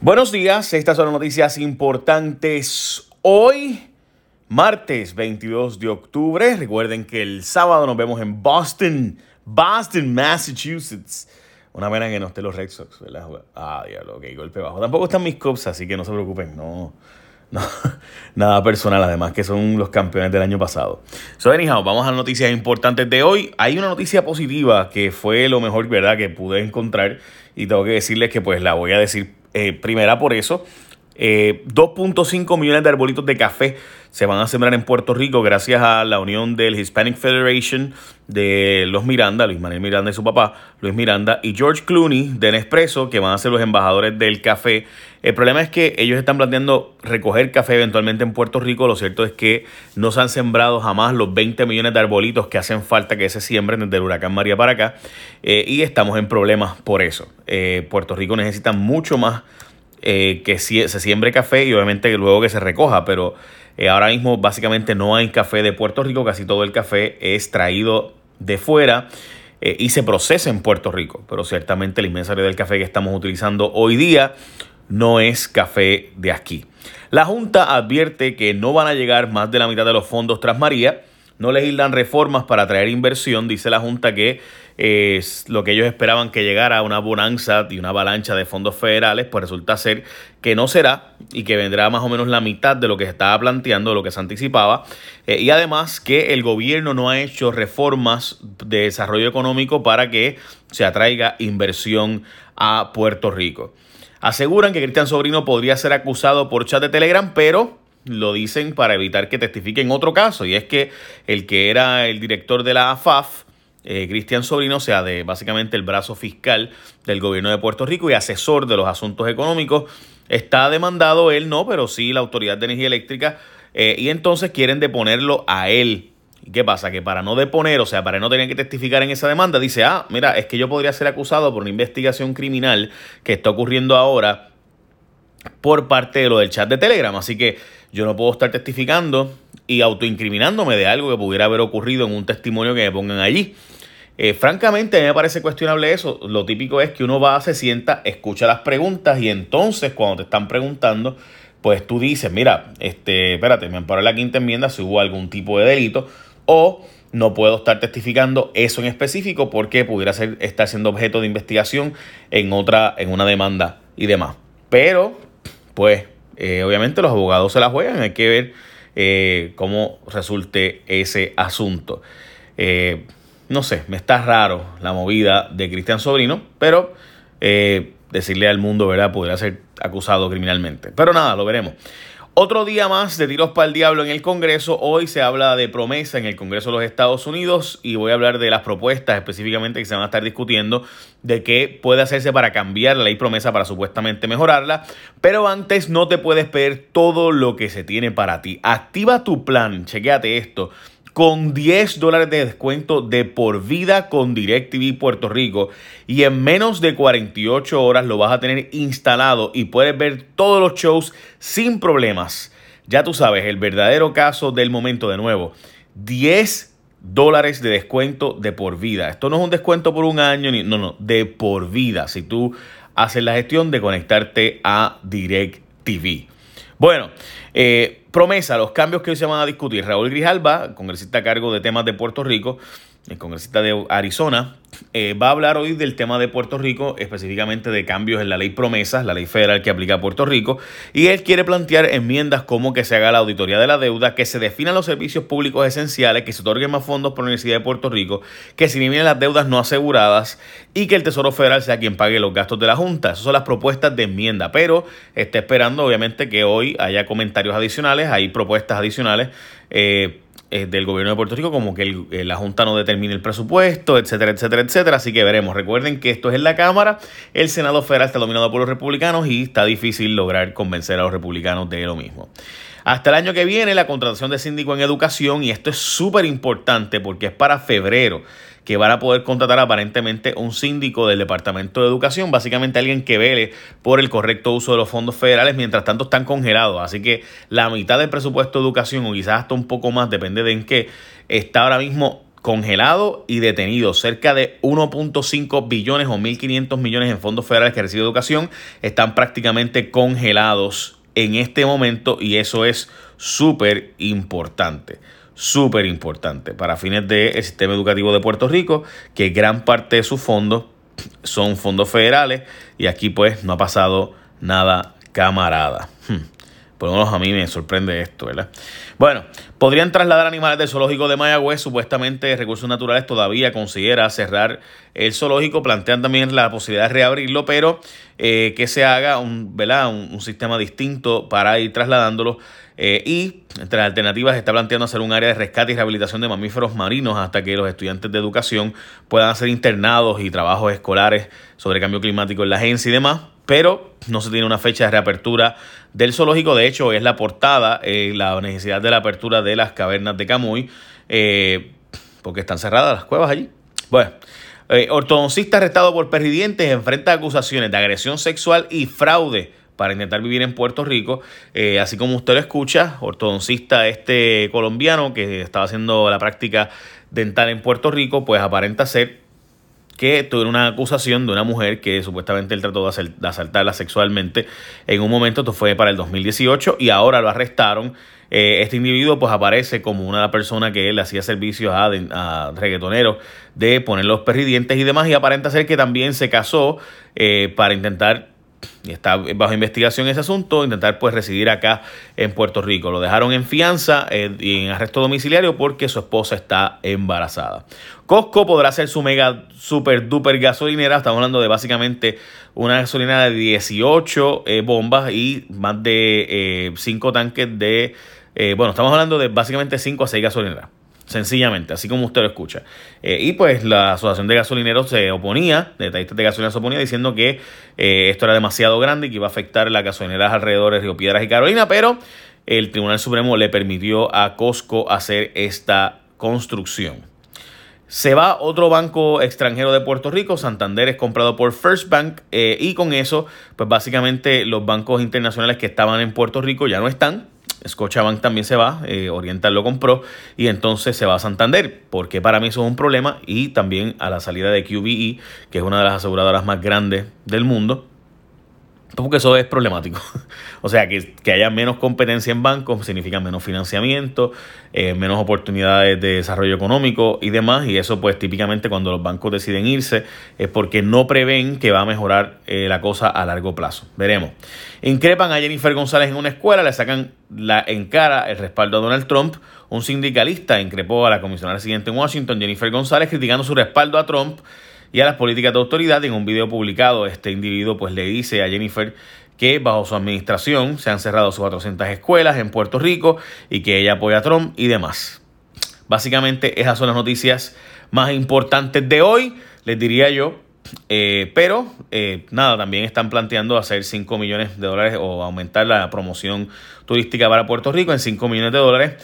Buenos días, estas son las noticias importantes hoy, martes 22 de octubre. Recuerden que el sábado nos vemos en Boston, Massachusetts. Una pena que no estén los Red Sox, ¿verdad? Diablo, ok, golpe bajo. Tampoco están mis Cubs, así que no se preocupen, no, nada personal, además que son los campeones del año pasado. Anyhow, vamos a las noticias importantes de hoy. Hay una noticia positiva que fue lo mejor, ¿verdad?, que pude encontrar y tengo que decirles que pues la voy a decir primera por eso. 2.5 millones de arbolitos de café se van a sembrar en Puerto Rico gracias a la unión del Hispanic Federation de los Miranda, Luis Manuel Miranda y su papá, Luis Miranda, y George Clooney de Nespresso, que van a ser los embajadores del café. El problema es que ellos están planteando recoger café eventualmente en Puerto Rico. Lo cierto es que no se han sembrado jamás los 20 millones de arbolitos que hacen falta que se siembren desde el huracán María para acá, y estamos en problemas por eso. Puerto Rico necesita mucho más que se siembre café y obviamente luego que se recoja, pero ahora mismo básicamente no hay café de Puerto Rico. Casi todo el café es traído de fuera y se procesa en Puerto Rico, pero ciertamente la inmensa mayoría del café que estamos utilizando hoy día no es café de aquí. La Junta advierte que no van a llegar más de la mitad de los fondos tras María. No legislan reformas para atraer inversión. Dice la Junta que es lo que ellos esperaban que llegara una bonanza y una avalancha de fondos federales, pues resulta ser que no será y que vendrá más o menos la mitad de lo que se estaba planteando, de lo que se anticipaba. Y además que el gobierno no ha hecho reformas de desarrollo económico para que se atraiga inversión a Puerto Rico. Aseguran que Cristian Sobrino podría ser acusado por chat de Telegram, pero lo dicen para evitar que testifique en otro caso, y es que el que era el director de la AFAF, Cristian Sobrino, sea de básicamente el brazo fiscal del gobierno de Puerto Rico y asesor de los asuntos económicos, está demandado. Él no, pero sí la Autoridad de Energía Eléctrica, y entonces quieren deponerlo a él. ¿Y qué pasa? Que para no deponer, o sea, para no tener que testificar en esa demanda, dice, mira, es que yo podría ser acusado por una investigación criminal que está ocurriendo ahora por parte de lo del chat de Telegram, así que yo no puedo estar testificando y autoincriminándome de algo que pudiera haber ocurrido en un testimonio que me pongan allí. Francamente, a mí me parece cuestionable eso. Lo típico es que uno va, se sienta, escucha las preguntas y entonces cuando te están preguntando, pues tú dices, mira, espérate, me amparo en la quinta enmienda si hubo algún tipo de delito, o no puedo estar testificando eso en específico porque pudiera estar siendo objeto de investigación en una demanda y demás. Pero, pues, obviamente los abogados se la juegan. Hay que ver cómo resulte ese asunto. No sé, me está raro la movida de Cristian Sobrino, pero decirle al mundo, ¿verdad?, podría ser acusado criminalmente. Pero nada, lo veremos. Otro día más de tiros para el diablo en el Congreso. Hoy se habla de promesa en el Congreso de los Estados Unidos y voy a hablar de las propuestas específicamente que se van a estar discutiendo de qué puede hacerse para cambiar la ley promesa para supuestamente mejorarla. Pero antes no te puedes perder todo lo que se tiene para ti. Activa tu plan, chequéate esto, con $10 de descuento de por vida con DirecTV Puerto Rico, y en menos de 48 horas lo vas a tener instalado y puedes ver todos los shows sin problemas. Ya tú sabes, el verdadero caso del momento. De nuevo, $10 de descuento de por vida. Esto no es un descuento por un año, no, de por vida, si tú haces la gestión de conectarte a DirecTV. Bueno, promesa, los cambios que hoy se van a discutir. Raúl Grijalva, congresista a cargo de temas de Puerto Rico, el congresista de Arizona, va a hablar hoy del tema de Puerto Rico, específicamente de cambios en la ley promesas, la ley federal que aplica a Puerto Rico, y él quiere plantear enmiendas como que se haga la auditoría de la deuda, que se definan los servicios públicos esenciales, que se otorguen más fondos por la Universidad de Puerto Rico, que se eliminen las deudas no aseguradas y que el Tesoro Federal sea quien pague los gastos de la Junta. Esas son las propuestas de enmienda, pero está esperando obviamente que hoy haya comentarios adicionales, hay propuestas adicionales del gobierno de Puerto Rico, como que la Junta no determine el presupuesto, etcétera, etcétera, etcétera. Así que veremos. Recuerden que esto es en la Cámara. El Senado Federal está dominado por los republicanos y está difícil lograr convencer a los republicanos de lo mismo. Hasta el año que viene, la contratación de síndico en educación, y esto es súper importante porque es para febrero que van a poder contratar aparentemente un síndico del Departamento de Educación, básicamente alguien que vele por el correcto uso de los fondos federales. Mientras tanto están congelados, así que la mitad del presupuesto de educación, o quizás hasta un poco más, depende de en qué, está ahora mismo congelado y detenido. Cerca de 1.5 billones o 1.500 millones en fondos federales que recibe educación están prácticamente congelados en este momento, y eso es súper importante para fines del sistema educativo de Puerto Rico, que gran parte de sus fondos son fondos federales, y aquí pues no ha pasado nada, camarada. Por lo menos a mí me sorprende esto, ¿verdad? Bueno, podrían trasladar animales del zoológico de Mayagüez. Supuestamente Recursos Naturales todavía considera cerrar el zoológico. Plantean también la posibilidad de reabrirlo, pero que se haga un sistema distinto para ir trasladándolo. Y entre las alternativas está planteando hacer un área de rescate y rehabilitación de mamíferos marinos hasta que los estudiantes de educación puedan hacer internados y trabajos escolares sobre cambio climático en la agencia y demás. Pero no se tiene una fecha de reapertura del zoológico. De hecho, es la portada, la necesidad de la apertura de las cavernas de Camuy, porque están cerradas las cuevas allí. Bueno, ortodoncista arrestado por perridientes enfrenta acusaciones de agresión sexual y fraude para intentar vivir en Puerto Rico. Así como usted lo escucha, ortodoncista colombiano que estaba haciendo la práctica dental en Puerto Rico, pues aparenta ser que tuvo una acusación de una mujer que supuestamente él trató de asaltarla sexualmente en un momento. Esto fue para el 2018 y ahora lo arrestaron. Este individuo pues aparece como una persona que él hacía servicios a reggaetoneros de poner los perridientes y demás, y aparenta ser que también se casó para intentar, y está bajo investigación ese asunto, intentar pues residir acá en Puerto Rico. Lo dejaron en fianza y en arresto domiciliario porque su esposa está embarazada. Costco podrá hacer su mega super duper gasolinera. Estamos hablando de básicamente una gasolinera de 18 bombas y más de 5 tanques de... estamos hablando de básicamente 5 a 6 gasolineras. Sencillamente, así como usted lo escucha. Y pues la Asociación de Gasolineros de detallistas de gasolina se oponía diciendo que esto era demasiado grande y que iba a afectar las gasolineras alrededor de Río Piedras y Carolina, pero el Tribunal Supremo le permitió a Costco hacer esta construcción. Se va otro banco extranjero de Puerto Rico. Santander es comprado por First Bank, y con eso pues básicamente los bancos internacionales que estaban en Puerto Rico ya no están. Scotiabank también se va, Oriental lo compró y entonces se va a Santander, porque para mí eso es un problema, y también a la salida de QBE, que es una de las aseguradoras más grandes del mundo, porque eso es problemático. O sea, que haya menos competencia en bancos significa menos financiamiento, menos oportunidades de desarrollo económico y demás, y eso pues típicamente cuando los bancos deciden irse es porque no prevén que va a mejorar la cosa a largo plazo. Veremos. Increpan a Jennifer González en una escuela, le sacan en cara el respaldo a Donald Trump. Un sindicalista increpó a la comisionada residente en Washington, Jennifer González, criticando su respaldo a Trump y a las políticas de autoridad. En un video publicado, este individuo pues le dice a Jennifer que bajo su administración se han cerrado sus 400 escuelas en Puerto Rico y que ella apoya a Trump y demás. Básicamente esas son las noticias más importantes de hoy, les diría yo. Pero también están planteando hacer 5 millones de dólares o aumentar la promoción turística para Puerto Rico en 5 millones de dólares.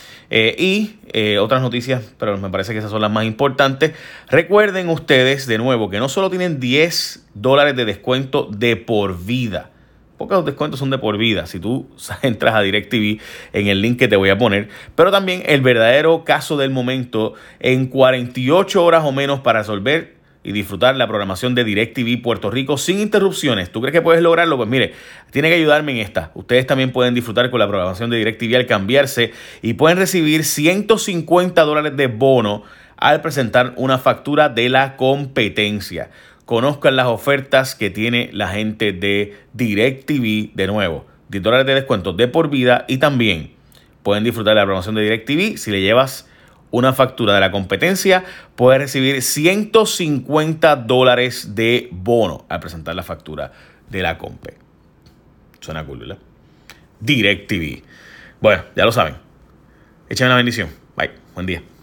Y otras noticias, pero me parece que esas son las más importantes. Recuerden ustedes de nuevo que no solo tienen $10 de descuento de por vida, porque los descuentos son de por vida si tú entras a DirecTV en el link que te voy a poner, pero también el verdadero caso del momento en 48 horas o menos para resolver y disfrutar la programación de DirecTV Puerto Rico sin interrupciones. ¿Tú crees que puedes lograrlo? Pues mire, tiene que ayudarme en esta. Ustedes también pueden disfrutar con la programación de DirecTV al cambiarse y pueden recibir $150 de bono al presentar una factura de la competencia. Conozcan las ofertas que tiene la gente de DirecTV. De nuevo, $10 de descuento de por vida, y también pueden disfrutar de la programación de DirecTV si le llevas una factura de la competencia. Puedes recibir $150 de bono al presentar la factura de la compe. Suena cool, ¿verdad? DirecTV. Bueno, ya lo saben. Échame una bendición. Bye. Buen día.